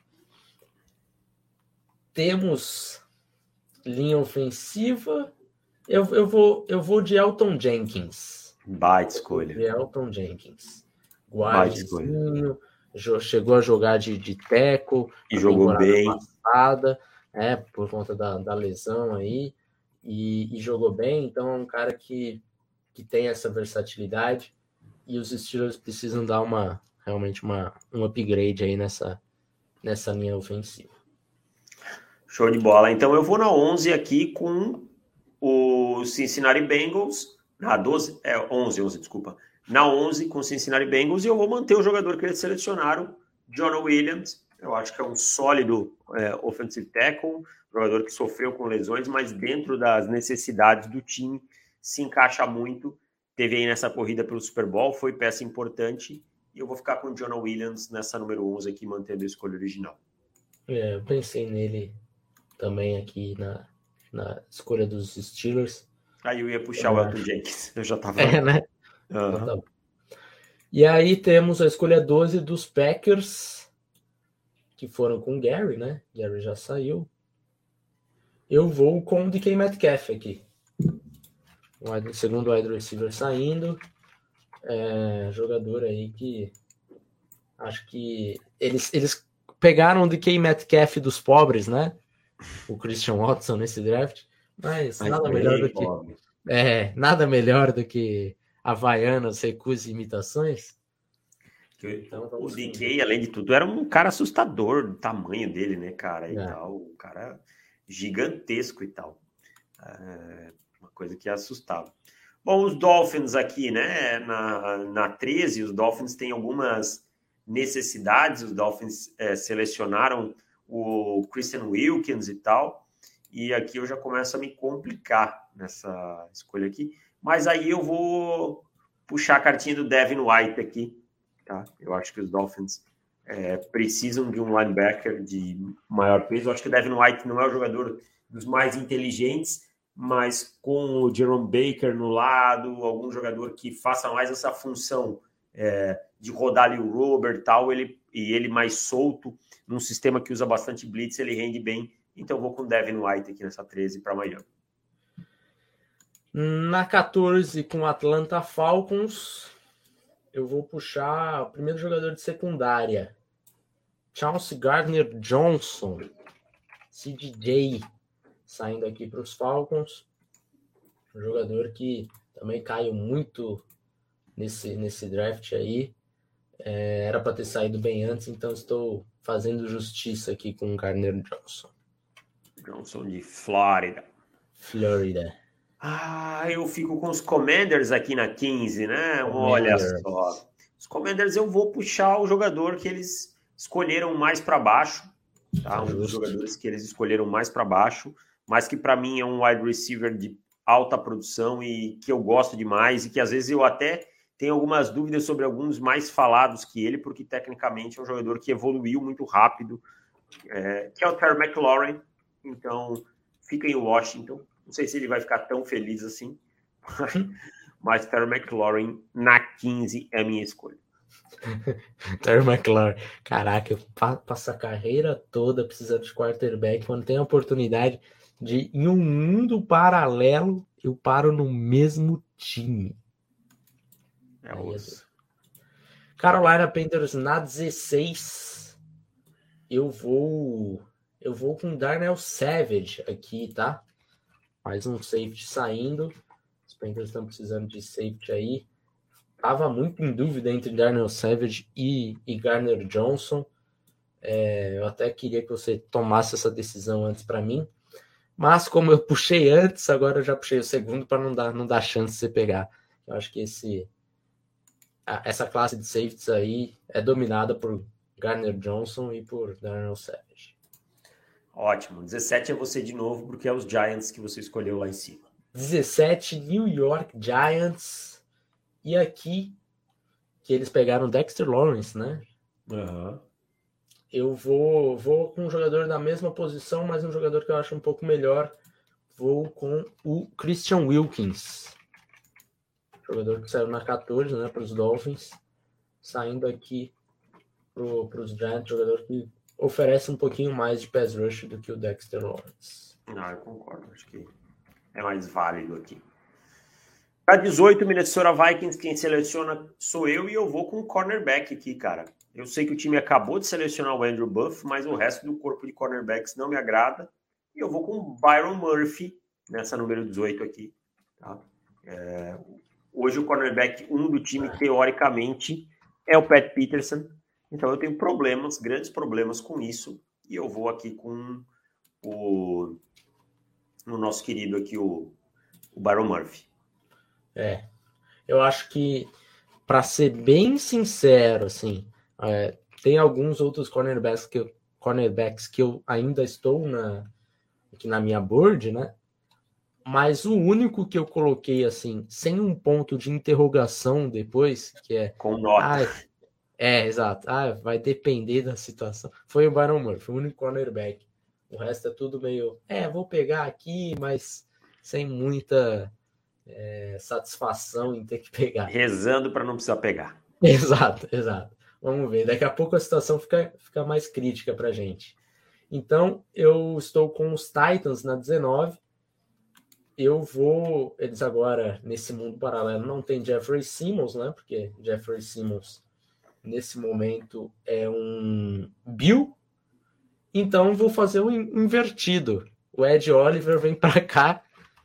Temos linha ofensiva. Eu, eu, vou, eu vou de Elton Jenkins. Baita escolha. De Elton Jenkins. Guardinho, chegou a jogar de, de tackle. E jogou bem. Passada, é, por conta da, da lesão aí. E, e jogou bem. Então é um cara que, que tem essa versatilidade. E os Steelers precisam dar uma, realmente uma, um upgrade aí nessa, nessa linha ofensiva. Show de bola. Então eu vou na onze aqui com o Cincinnati Bengals. Na doze, é onze, onze, desculpa. Na onze com o Cincinnati Bengals e eu vou manter o jogador que eles selecionaram, Jonah Williams. Eu acho que é um sólido é, offensive tackle, jogador que sofreu com lesões, mas dentro das necessidades do time se encaixa muito. Teve aí nessa corrida pelo Super Bowl, foi peça importante. E eu vou ficar com o Jonah Williams nessa número onze aqui, mantendo a escolha original. É, eu pensei nele também aqui na, na escolha dos Steelers. Aí eu ia puxar eu o Elton acho. Jenkins. Eu já tava... É, né? Uhum. Então, e aí temos a escolha doze dos Packers, que foram com o Gary, né? Gary já saiu. Eu vou com o D K Metcalf aqui. O segundo wide receiver saindo. É, jogador aí que acho que eles, eles pegaram o D K Metcalf dos pobres, né? O Christian Watson nesse draft. Mas, mas nada melhor do que é, nada melhor do que Havaianas, recursos e imitações. Então, o D K, além de tudo, era um cara assustador do tamanho dele, né, cara? E é. tal, um cara gigantesco e tal. É, Uma coisa que assustava. Bom, os Dolphins aqui, né? Na, na treze, os Dolphins têm algumas necessidades. Os Dolphins é, selecionaram o Christian Wilkins e tal. E aqui eu já começo a me complicar nessa escolha aqui. Mas aí eu vou puxar a cartinha do Devin White aqui. Tá? Eu acho que os Dolphins é, precisam de um linebacker de maior peso. Eu acho que o Devin White não é o jogador dos mais inteligentes, mas com o Jerome Baker no lado, algum jogador que faça mais essa função é, de rodar ali o Robert e tal, ele, e ele mais solto, num sistema que usa bastante blitz, ele rende bem. Então eu vou com o Devin White aqui nessa treze para Miami. Na quatorze, com o Atlanta Falcons, eu vou puxar o primeiro jogador de secundária, Chauncey Gardner-Johnson, C D J, saindo aqui para os Falcons. Um jogador que também caiu muito nesse, nesse draft aí. É, era para ter saído bem antes, então estou fazendo justiça aqui com o Gardner-Johnson. Johnson de Flórida. Flórida. Ah, eu fico com os Commanders aqui na quinze, né? Commanders. Olha só. Os Commanders eu vou puxar o jogador que eles escolheram mais para baixo, tá? Um dos jogadores que eles escolheram mais para baixo, mas que para mim é um wide receiver de alta produção e que eu gosto demais e que às vezes eu até tenho algumas dúvidas sobre alguns mais falados que ele, porque tecnicamente é um jogador que evoluiu muito rápido, é, que é o Terry McLaurin. Então, fica em Washington. Não sei se ele vai ficar tão feliz assim, mas Terry McLaurin na quinze é a minha escolha. Terry McLaurin. Caraca, eu passo a carreira toda precisando de quarterback. Quando tem a oportunidade de, em um mundo paralelo, eu paro no mesmo time. É osso. Carolina Panthers na dezesseis. Eu vou... Eu vou com Darnell Savage aqui, tá? Mais um safety saindo. Os Panthers estão precisando de safety aí. Tava muito em dúvida entre Darnell Savage e, e Gardner Johnson. É, eu até queria que você tomasse essa decisão antes para mim. Mas como eu puxei antes, agora eu já puxei o segundo para não dar, não dar chance de você pegar. Eu acho que esse, essa classe de safeties aí é dominada por Gardner Johnson e por Darnell Savage. Ótimo. dezessete é você de novo, porque é os Giants que você escolheu lá em cima. dezessete, New York Giants. E aqui, que eles pegaram Dexter Lawrence, né? Uhum. Eu vou, vou com um jogador da mesma posição, mas um jogador que eu acho um pouco melhor. Vou com o Christian Wilkins. Jogador que saiu na quatorze, né? Para os Dolphins. Saindo aqui para os Giants, jogador que oferece um pouquinho mais de pass rush do que o Dexter Lawrence. Não, eu concordo. Acho que é mais válido aqui. Para dezoito, Minnesota Vikings, quem seleciona sou eu e eu vou com o cornerback aqui, cara. Eu sei que o time acabou de selecionar o Andrew Buff, mas o resto do corpo de cornerbacks não me agrada. E eu vou com o Byron Murphy nessa número dezoito aqui. Tá? É... Hoje o cornerback um do time, teoricamente, é o Pat Peterson. Então eu tenho problemas, grandes problemas com isso, e eu vou aqui com o, o nosso querido aqui, o, o Byron Murphy. É, eu acho que, para ser bem sincero, assim, é, tem alguns outros cornerbacks que, eu, cornerbacks que eu ainda estou na, aqui na minha board, né? Mas o único que eu coloquei, assim, sem um ponto de interrogação depois, que é... Com nota. Ah, É, exato. Ah, vai depender da situação. Foi o Byron Murphy, o único cornerback. O resto é tudo meio... É, vou pegar aqui, mas sem muita é, satisfação em ter que pegar. Rezando para não precisar pegar. Exato, exato. Vamos ver. Daqui a pouco a situação fica, fica mais crítica pra gente. Então, eu estou com os Titans na dezenove. Eu vou... Eles agora, nesse mundo paralelo, não tem Jeffrey Simmons, né? Porque Jeffrey Simmons... nesse momento é um Bill, então vou fazer um invertido. O Ed Oliver vem para cá,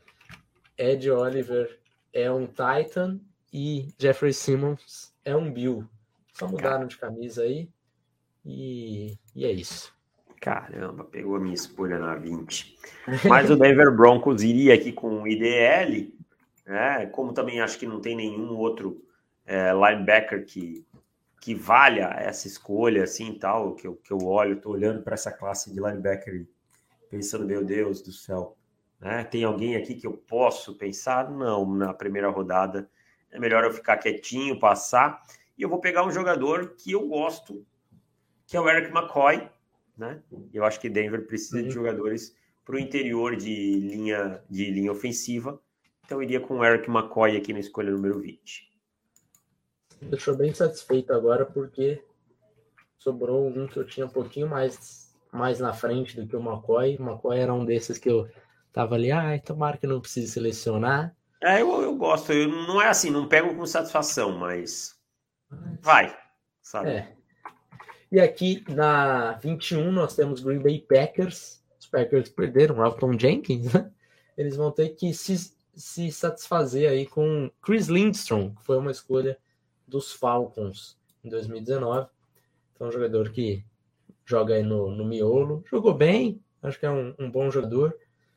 Ed Oliver é um Titan e Jeffrey Simmons é um Bill. Só mudaram de camisa aí e, e é isso. Caramba, pegou a minha escolha na vinte. Mas o Denver Broncos iria aqui com o I D L, né? Como também acho que não tem nenhum outro é, linebacker que, que valha essa escolha, assim, tal, que eu, que eu olho, estou olhando para essa classe de linebacker e pensando, meu Deus do céu, né? Tem alguém aqui que eu posso pensar? Não, na primeira rodada é melhor eu ficar quietinho, passar, e eu vou pegar um jogador que eu gosto, que é o Eric McCoy, né? Eu acho que Denver precisa uhum. de jogadores para o interior de linha, de linha ofensiva. Então eu iria com o Eric McCoy aqui na escolha número vinte. Me deixou bem satisfeito agora porque sobrou um que eu tinha um pouquinho mais, mais na frente do que o McCoy. O McCoy era um desses que eu tava ali, ah, tomara que eu não precise selecionar. É, eu, eu gosto. Eu, não é assim, não pego com satisfação, mas vai, sabe? É. E aqui na vinte e um nós temos Green Bay Packers. Os Packers perderam o Elton Jenkins, né? Eles vão ter que se, se satisfazer aí com Chris Lindstrom, que foi uma escolha dos Falcons em dois mil e dezenove. Então, um jogador que joga aí no, no miolo. Jogou bem, acho que é um, um bom jogador.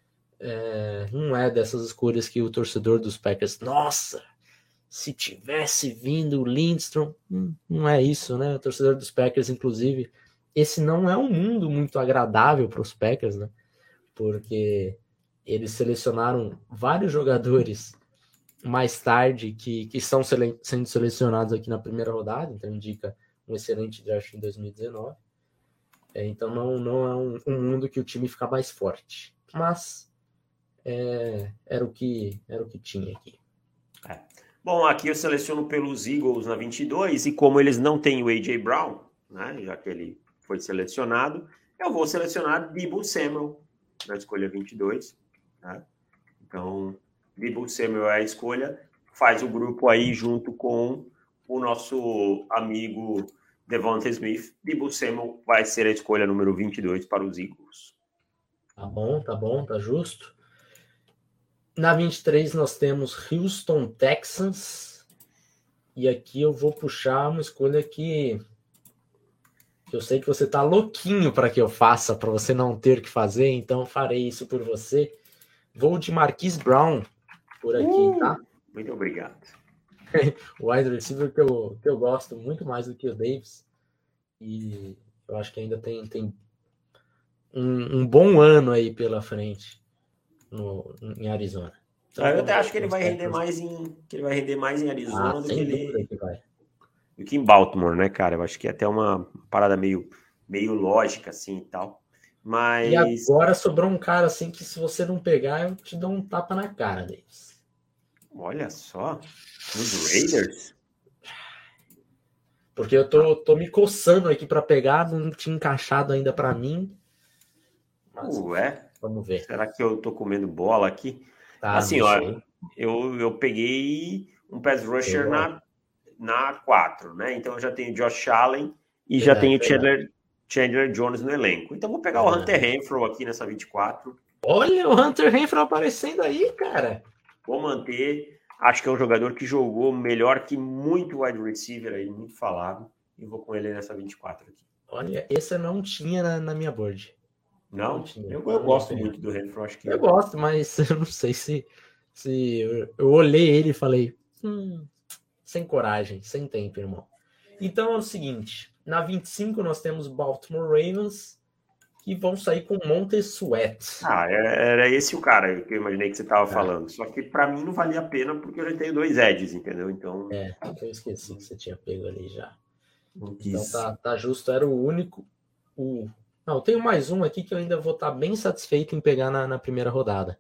É, não é dessas escolhas que o torcedor dos Packers, nossa, se tivesse vindo o Lindstrom, hum, não é isso, né? O torcedor dos Packers, inclusive, esse não é um mundo muito agradável para os Packers, né? Porque eles selecionaram vários jogadores mais tarde que, que estão sele- sendo selecionados aqui na primeira rodada, então indica um excelente draft em dois mil e dezenove. É, então não, não é um, um mundo que o time fica mais forte. Mas é, era, o que, era o que tinha aqui. É. Bom, aqui eu seleciono pelos Eagles na vinte e dois, e como eles não têm o A J Brown, né, já que ele foi selecionado, eu vou selecionar Deebo Samuel na escolha vinte e dois. Né? Então, Deebo Samuel é a escolha, faz o grupo aí junto com o nosso amigo Devonta Smith. Deebo Samuel vai ser a escolha número vinte e dois para os Eagles. Tá bom, tá bom, tá justo. Na vinte e três nós temos Houston Texans. E aqui eu vou puxar uma escolha que, que eu sei que você tá louquinho para que eu faça, para você não ter que fazer, então farei isso por você. Vou de Marquise Brown por aqui, uh, tá? Muito obrigado. O wide receiver que eu, que eu gosto muito mais do que o Davis. E eu acho que ainda tem, tem um, um bom ano aí pela frente. No, em Arizona. Então, eu até acho que ele vai render mais em que ele vai render mais em Arizona ah, do que ele que vai. do que em Baltimore, né, cara? Eu acho que é até uma parada meio meio lógica assim e tal. Mas e agora sobrou um cara assim que se você não pegar eu te dou um tapa na cara deles. Olha só, os Raiders. Porque eu tô, tô me coçando aqui para pegar, não tinha encaixado ainda para mim. Mas, Ué. Vamos ver. Será que eu tô comendo bola aqui? Tá, assim, ó, eu, eu peguei um pass rusher na, na quatro, né? Então eu já tenho Josh Allen e já tenho Chandler, Chandler Jones no elenco. Então vou pegar o Hunter Renfrow aqui nessa vinte e quatro. Olha o Hunter Renfrow aparecendo aí, cara. Vou manter. Acho que é um jogador que jogou melhor que muito wide receiver aí, muito falado. E vou com ele nessa vinte e quatro aqui. Olha, esse eu não tinha na, na minha board. Não? não eu, eu gosto muito do Renfrow, acho que... Eu gosto, mas eu não sei se... se eu, eu olhei ele e falei... Hum, sem coragem, sem tempo, irmão. Então é o seguinte... Na vinte e cinco nós temos Baltimore Ravens... que vão sair com Montez Sweat. Ah, era esse o cara que eu imaginei que você estava é. falando. Só que para mim não valia a pena porque eu já tenho dois edges, entendeu? Então... É, eu esqueci que você tinha pego ali já. Então tá, tá justo, era o único... O... Não, eu tenho mais um aqui que eu ainda vou estar bem satisfeito em pegar na, na primeira rodada.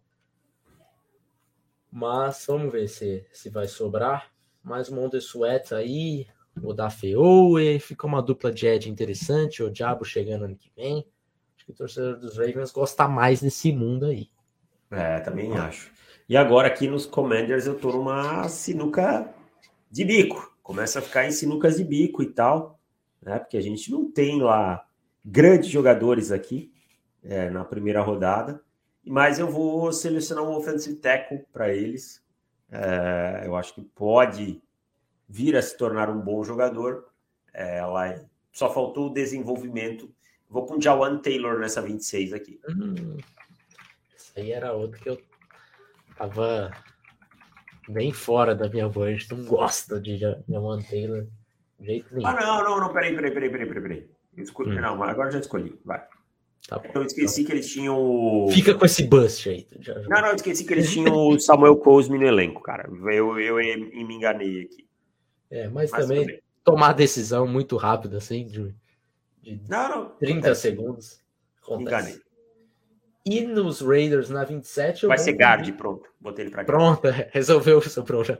Mas vamos ver se, se vai sobrar. Mais um Montez Sweat aí, o da Feoe, fica uma dupla de edge interessante, o Diabo chegando ano que vem. Acho que o torcedor dos Ravens gosta mais desse mundo aí. É, também acho. E agora aqui nos Commanders eu tô numa sinuca de bico. Começa a ficar em sinucas de bico e tal, né? Porque a gente não tem lá grandes jogadores aqui é, na primeira rodada, mas eu vou selecionar um offensive tackle para eles. É, eu acho que pode vir a se tornar um bom jogador. É, lá só faltou o desenvolvimento Vou com o Jawan Taylor nessa vinte e seis aqui. Hum, isso aí era outro que eu tava bem fora da minha voz. Não gosto de Jawan Taylor de jeito nenhum. Ah, não, não, não, peraí, peraí, peraí, peraí, peraí. Eu escolhi, hum. Não, mas agora já escolhi, vai. Tá bom, eu esqueci tá. que eles tinham o... Fica com esse bust aí. Já, já... Não, não, eu esqueci que eles tinham o Samuel Cosme no elenco, cara. Eu, eu, eu me enganei aqui. É, mas, mas também, também tomar decisão muito rápida, assim, de, de não, não, trinta acontece. Segundos. Acontece. Enganei. E nos Raiders, na vinte e sete... Eu Vai ser guard, pronto. Botei ele pra cá. Pronto, resolveu o seu problema.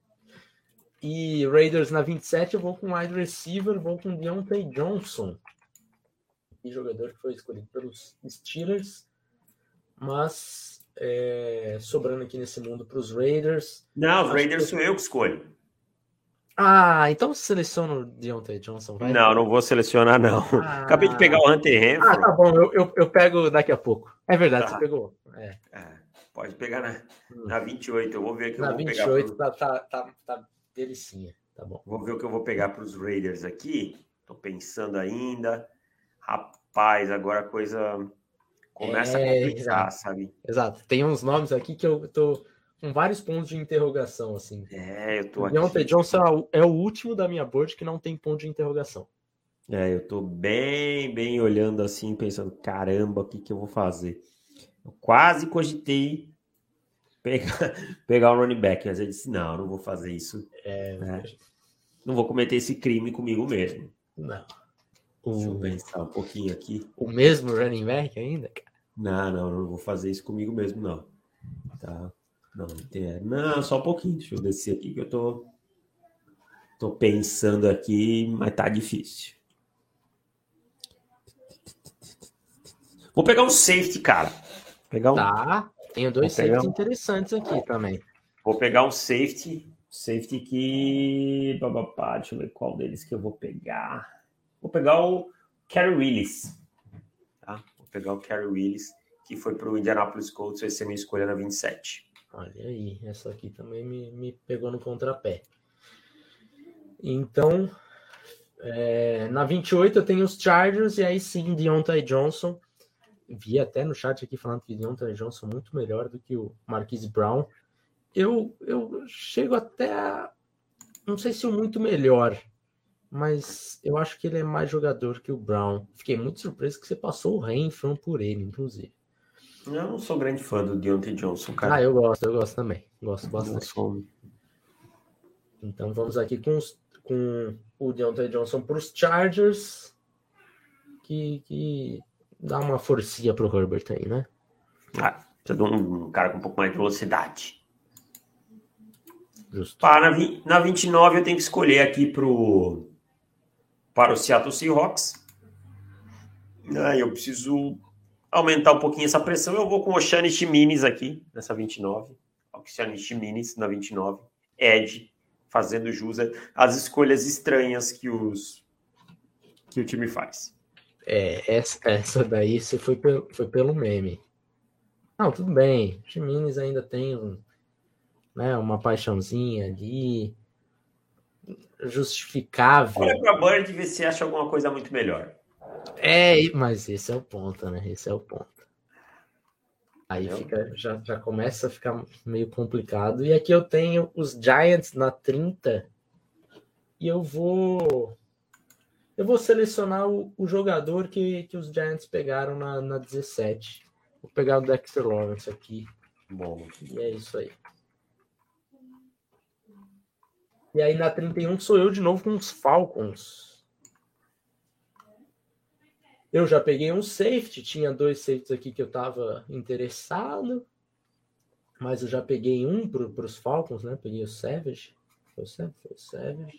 E Raiders na vinte e sete, eu vou com wide receiver, vou com Deontay Johnson. E jogador que foi escolhido pelos Steelers, mas é, sobrando aqui nesse mundo para os Raiders. Não, os Raiders que... sou eu que escolho. Ah, então seleciona o Deontay Johnson, vai? Não, não vou selecionar, não. Ah, acabei de pegar o Hunter Renfrow. Ah, tá bom, eu, eu, eu pego daqui a pouco. É verdade, tá. Você pegou. É. É, pode pegar na, na vinte e oito, eu vou ver o que na eu vou vinte e pegar. oito pro... tá, tá, tá, tá delicinha, tá bom. Vou ver o que eu vou pegar para os Raiders aqui. Tô pensando ainda. Rapaz, agora a coisa começa é, a complicar, exato. sabe? Exato. Tem uns nomes aqui que eu tô com vários pontos de interrogação, assim. É, eu tô o aqui. Deontay Johnson é o último da minha board que não tem ponto de interrogação. É, eu tô bem, bem olhando assim, pensando, caramba, o que que eu vou fazer? Eu quase cogitei pegar, pegar o running back, mas eu disse, não, não vou fazer isso. É... Né? Não vou cometer esse crime comigo mesmo. Não. Deixa eu pensar um pouquinho aqui. O mesmo running back ainda, cara? Não, não, não vou fazer isso comigo mesmo, não. Tá. Não, não, só um pouquinho. Deixa eu descer aqui que eu tô, tô pensando aqui, mas tá difícil. Vou pegar um safety, cara. Pegar um... Tá, tenho dois safeties um... interessantes aqui também. Vou pegar um safety. Safety que... Deixa eu ver qual deles que eu vou pegar. Vou pegar o Kerry Willis. Tá? Vou pegar o Kerry Willis, que foi para o Indianapolis Colts, vai ser minha escolha na vinte e sete. Olha aí, essa aqui também me, me pegou no contrapé. Então, é, na vinte e oito eu tenho os Chargers, e aí sim, Deontay Johnson. Vi até no chat aqui falando que Deontay Johnson é muito melhor do que o Marquise Brown. Eu, eu chego até a... Não sei se o muito melhor, mas eu acho que ele é mais jogador que o Brown. Fiquei muito surpreso que você passou o Renfrow por ele, inclusive. Eu não sou grande fã do Deontay Johnson, cara. Ah, eu gosto, eu gosto também. Gosto bastante. Sou... Então vamos aqui com, os, com o Deontay Johnson para os Chargers, que, que dá uma forcinha pro Herbert aí, né? Ah, precisa de um cara com um pouco mais de velocidade. Justo. Ah, na, na vinte e nove eu tenho que escolher aqui pro, para o Seattle Seahawks. Ah, eu preciso aumentar um pouquinho essa pressão. Eu vou com o Oshane Ximines aqui, nessa vinte e nove. O Oshane Ximines na vinte e nove. Ed, fazendo jus às escolhas estranhas que, os, que o time faz. É, essa, essa daí você foi pelo, foi pelo meme. Não, tudo bem. Ximines ainda tem um, né, uma paixãozinha ali, justificável. Olha para a Bird e vê se acha alguma coisa muito melhor. É, mas esse é o ponto, né? Esse é o ponto. Aí fica, já, já começa a ficar meio complicado. E aqui eu tenho os Giants na trinta. E eu vou... Eu vou selecionar o, o jogador que, que os Giants pegaram na, na dezessete. Vou pegar o Dexter Lawrence aqui. Bom. E é isso aí. E aí na trinta e um sou eu de novo com os Falcons. Eu já peguei um safety, tinha dois safeties aqui que eu estava interessado, mas eu já peguei um para os Falcons, né? Peguei o Savage. Foi o Savage? Foi o Savage.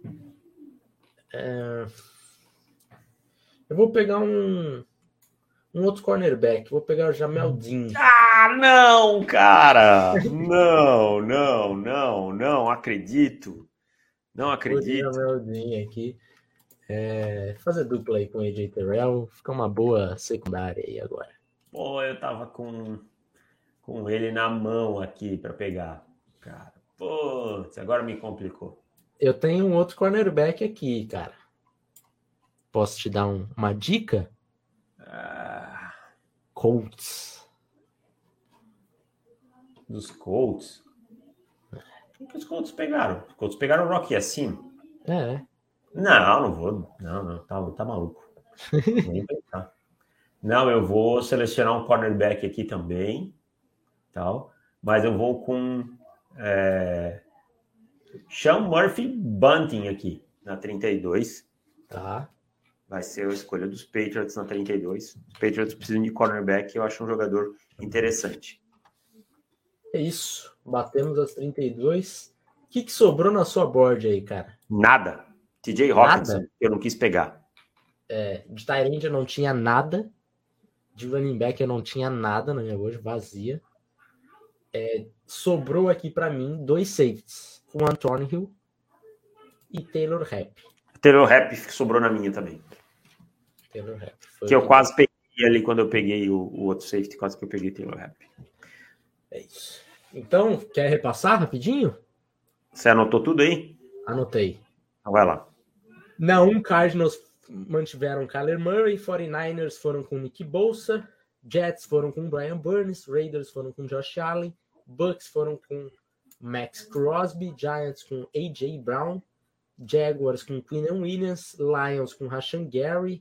É... Eu vou pegar um, um outro cornerback, vou pegar o Jamel Dean. Ah, não, cara! Não, não, não, não acredito. Não acredito. O Jamel Dean aqui. É, fazer dupla aí com o A J Terrell, fica uma boa secundária aí agora. Pô, eu tava com, com ele na mão aqui para pegar. Cara, pô, agora me complicou. Eu tenho um outro cornerback aqui, cara. Posso te dar um, uma dica? Colts. Dos Colts? O que os Colts pegaram? Os Colts pegaram o Rock assim. É. Não, não vou. Não, não, tá, tá maluco. Nem pensar. Não, eu vou selecionar um cornerback aqui também, tal, mas eu vou com é, Sean Murphy Bunting aqui, na trinta e dois. Tá. Vai ser a escolha dos Patriots na trinta e dois. Os Patriots precisam de cornerback, eu acho um jogador interessante. É isso. Batemos as trinta e dois. O que, que sobrou na sua board aí, cara? Nada. T J Hawkinson, eu não quis pegar. É, de tight end eu não tinha nada. De running back eu não tinha nada na minha board, vazia. É, sobrou aqui pra mim dois safeties. Juan Thornhill e Taylor Rapp. Taylor Rapp sobrou na minha também. Taylor Rapp. Que eu quase peguei ali quando eu peguei o, o outro safety, quase que eu peguei Taylor Rapp. É isso. Então, quer repassar rapidinho? Você anotou tudo aí? Anotei. Então vai lá. Na um, Cardinals mantiveram Kyler Murray, quarenta e nine ers foram com Nick Bosa, Jets foram com Brian Burns, Raiders foram com Josh Allen, Bucks foram com Max Crosby, Giants com A J Brown, Jaguars com Quinnen Williams, Lions com Rashan Gary,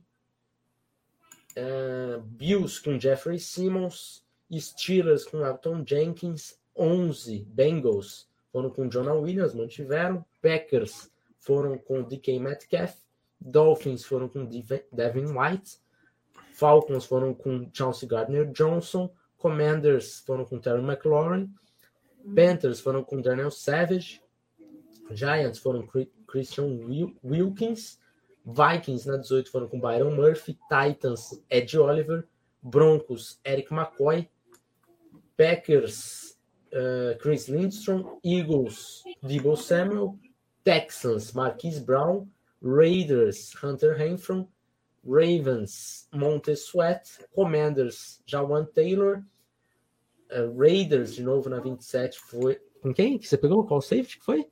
uh, Bills com Jeffrey Simmons, Steelers com Elton Jenkins, onze Bengals foram com Jonah Williams, mantiveram, Packers foram com D K Metcalf, Dolphins foram com Devin White, Falcons foram com Chauncey Gardner-Johnson, Commanders foram com Terry McLaurin, Panthers foram com Darnell Savage, Giants foram com Christian Wilkins, Vikings na dezoito foram com Byron Murphy, Titans Ed Oliver, Broncos Eric McCoy, Packers uh, Chris Lindstrom, Eagles Deebo Samuel, Texans Marquise Brown, Raiders Hunter Renfrow, Ravens Montez Sweat, Commanders Jawan Taylor, uh, Raiders de novo na vinte e sete foi com quem que você pegou? Qual safety que foi?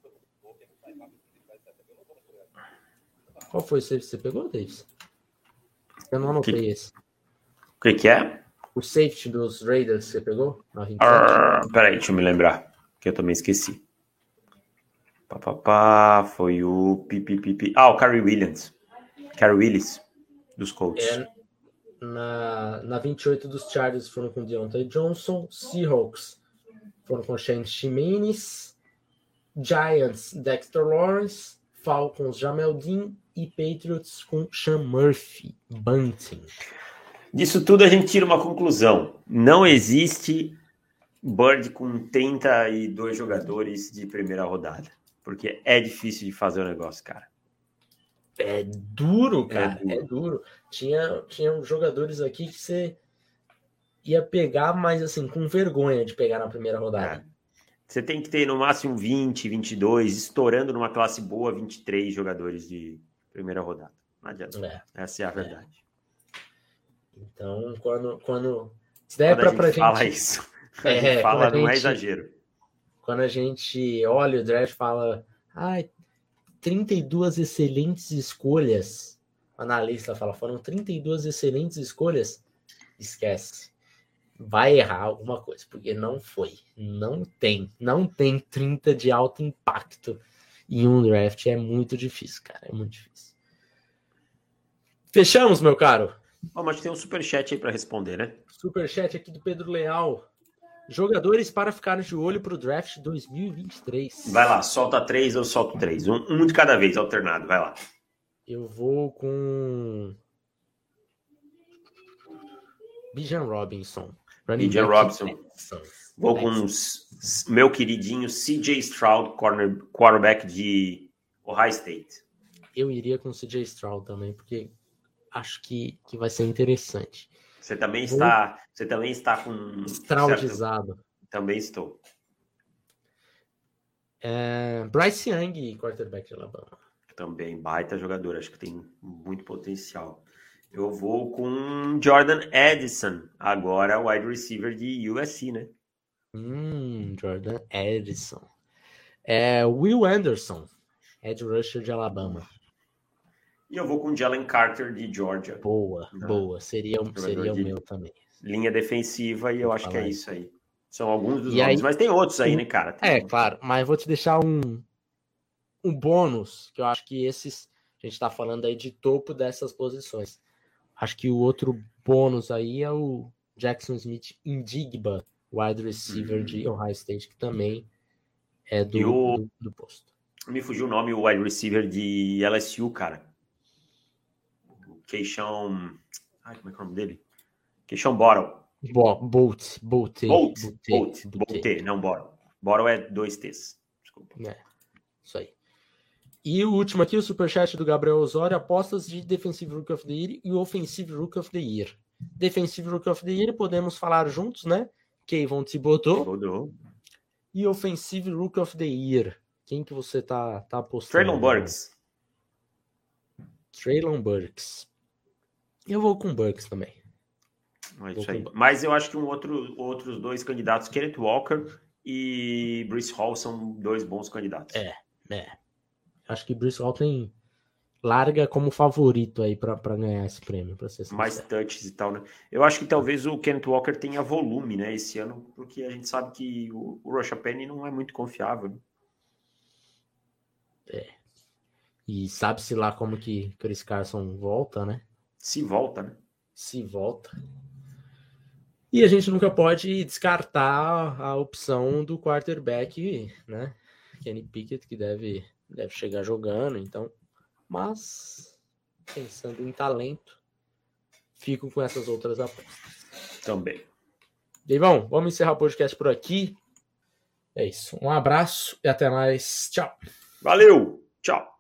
Qual foi o safety que você pegou, Davis? Eu não anotei que... esse. O que, que é? O safety dos Raiders que você pegou na vinte e sete? Ah, peraí, deixa eu me lembrar, que eu também esqueci. Pá, pá, pá, foi o pipipipi. Ah, o Cary Williams. Cary Willis, dos Colts. É, na, na vinte e oito dos Chargers foram com Deontay Johnson, Seahawks foram com Shane Ximenez, Giants Dexter Lawrence, Falcons Jamel Dean e Patriots com Sean Murphy Bunting. Disso tudo a gente tira uma conclusão. Não existe Bird com trinta e dois jogadores de primeira rodada. Porque é difícil de fazer o negócio, cara. É duro, cara. É duro. É duro. Tinha, tinha jogadores aqui que você ia pegar, mas assim, com vergonha de pegar na primeira rodada. É. Você tem que ter no máximo vinte, vinte e dois, estourando numa classe boa, vinte e três jogadores de primeira rodada. Não adianta. É. Essa é a verdade. É. Então, quando, quando se der quando pra, a gente pra fala gente... isso, a gente é, fala, não gente... é exagero. Quando a gente olha o draft e fala, ai, trinta e duas excelentes escolhas, o analista fala, foram trinta e duas excelentes escolhas, esquece. Vai errar alguma coisa, porque não foi. Não tem. Não tem trinta de alto impacto em um draft. É muito difícil, cara. É muito difícil. Fechamos, meu caro? Bom, mas tem um superchat aí para responder, né? Superchat aqui do Pedro Leal. Jogadores para ficar de olho para o draft dois mil e vinte e três. Vai lá, solta três, eu solto três. Um, um de cada vez, alternado. Vai lá. Eu vou com Bijan Robinson. Bijan Robinson. Vou com os, meu queridinho C J Stroud, corner, quarterback de Ohio State. Eu iria com o C J Stroud também, porque acho que, que vai ser interessante. Você também está, você também está com... Stroudizado. Certo? Também estou. É, Bryce Young, quarterback de Alabama. Também, baita jogador. Acho que tem muito potencial. Eu vou com Jordan Edison, agora wide receiver de U S C, né? Hum, Jordan Edison. É, Will Anderson, edge rusher de Alabama. E eu vou com Jalen Carter de Georgia. Boa, né? boa. Seria, seria o meu também. linha defensiva, e eu Vou acho que é isso. isso aí. São alguns dos e nomes, aí, mas tem outros aí, né, cara? Tem é, outros. claro, mas vou te deixar um, um bônus, que eu acho que esses, a gente tá falando aí de topo dessas posições. Acho que o outro bônus aí é o Jackson Smith Indigba, wide receiver uhum. de Ohio State, que também é do, o... do, do posto. Me fugiu o nome, o wide receiver de L S U, cara. O Keishon... Ai, como é que é o nome dele? Keishon Bottle. Bo Bolt. Bolt. Bolt. Bolt. Bolt. Não, Bottle. Bottle é dois T's. Desculpa. É, isso aí. E o último aqui, o superchat do Gabriel Osório, apostas de Defensive Rookie of the Year e Offensive Rookie of the Year. Defensive Rookie of the Year, podemos falar juntos, né? Kayvon Thibodeau. E Offensive Rookie of the Year. Quem que você tá, tá apostando? Treylon Burks. Treylon Burks. Eu vou com Burks também. É isso aí. Mas eu acho que um outro, outros dois candidatos, Kenneth Walker e Breece Hall, são dois bons candidatos. É, é. Acho que Breece Hall tem larga como favorito aí para ganhar esse prêmio, para ser sincero. Mais touches e tal, né? Eu acho que talvez o Kenneth Walker tenha volume, né, esse ano, porque a gente sabe que o, o Rashad Penny não é muito confiável. Né? É. E sabe-se lá como que Chris Carson volta, né? Se volta, né? Se volta. E a gente nunca pode descartar a opção do quarterback, né? Kenny Pickett, que deve, deve chegar jogando, então. Mas, pensando em talento, fico com essas outras apostas. Também. Deivão, vamos encerrar o podcast por aqui. É isso. Um abraço e até mais. Tchau. Valeu. Tchau.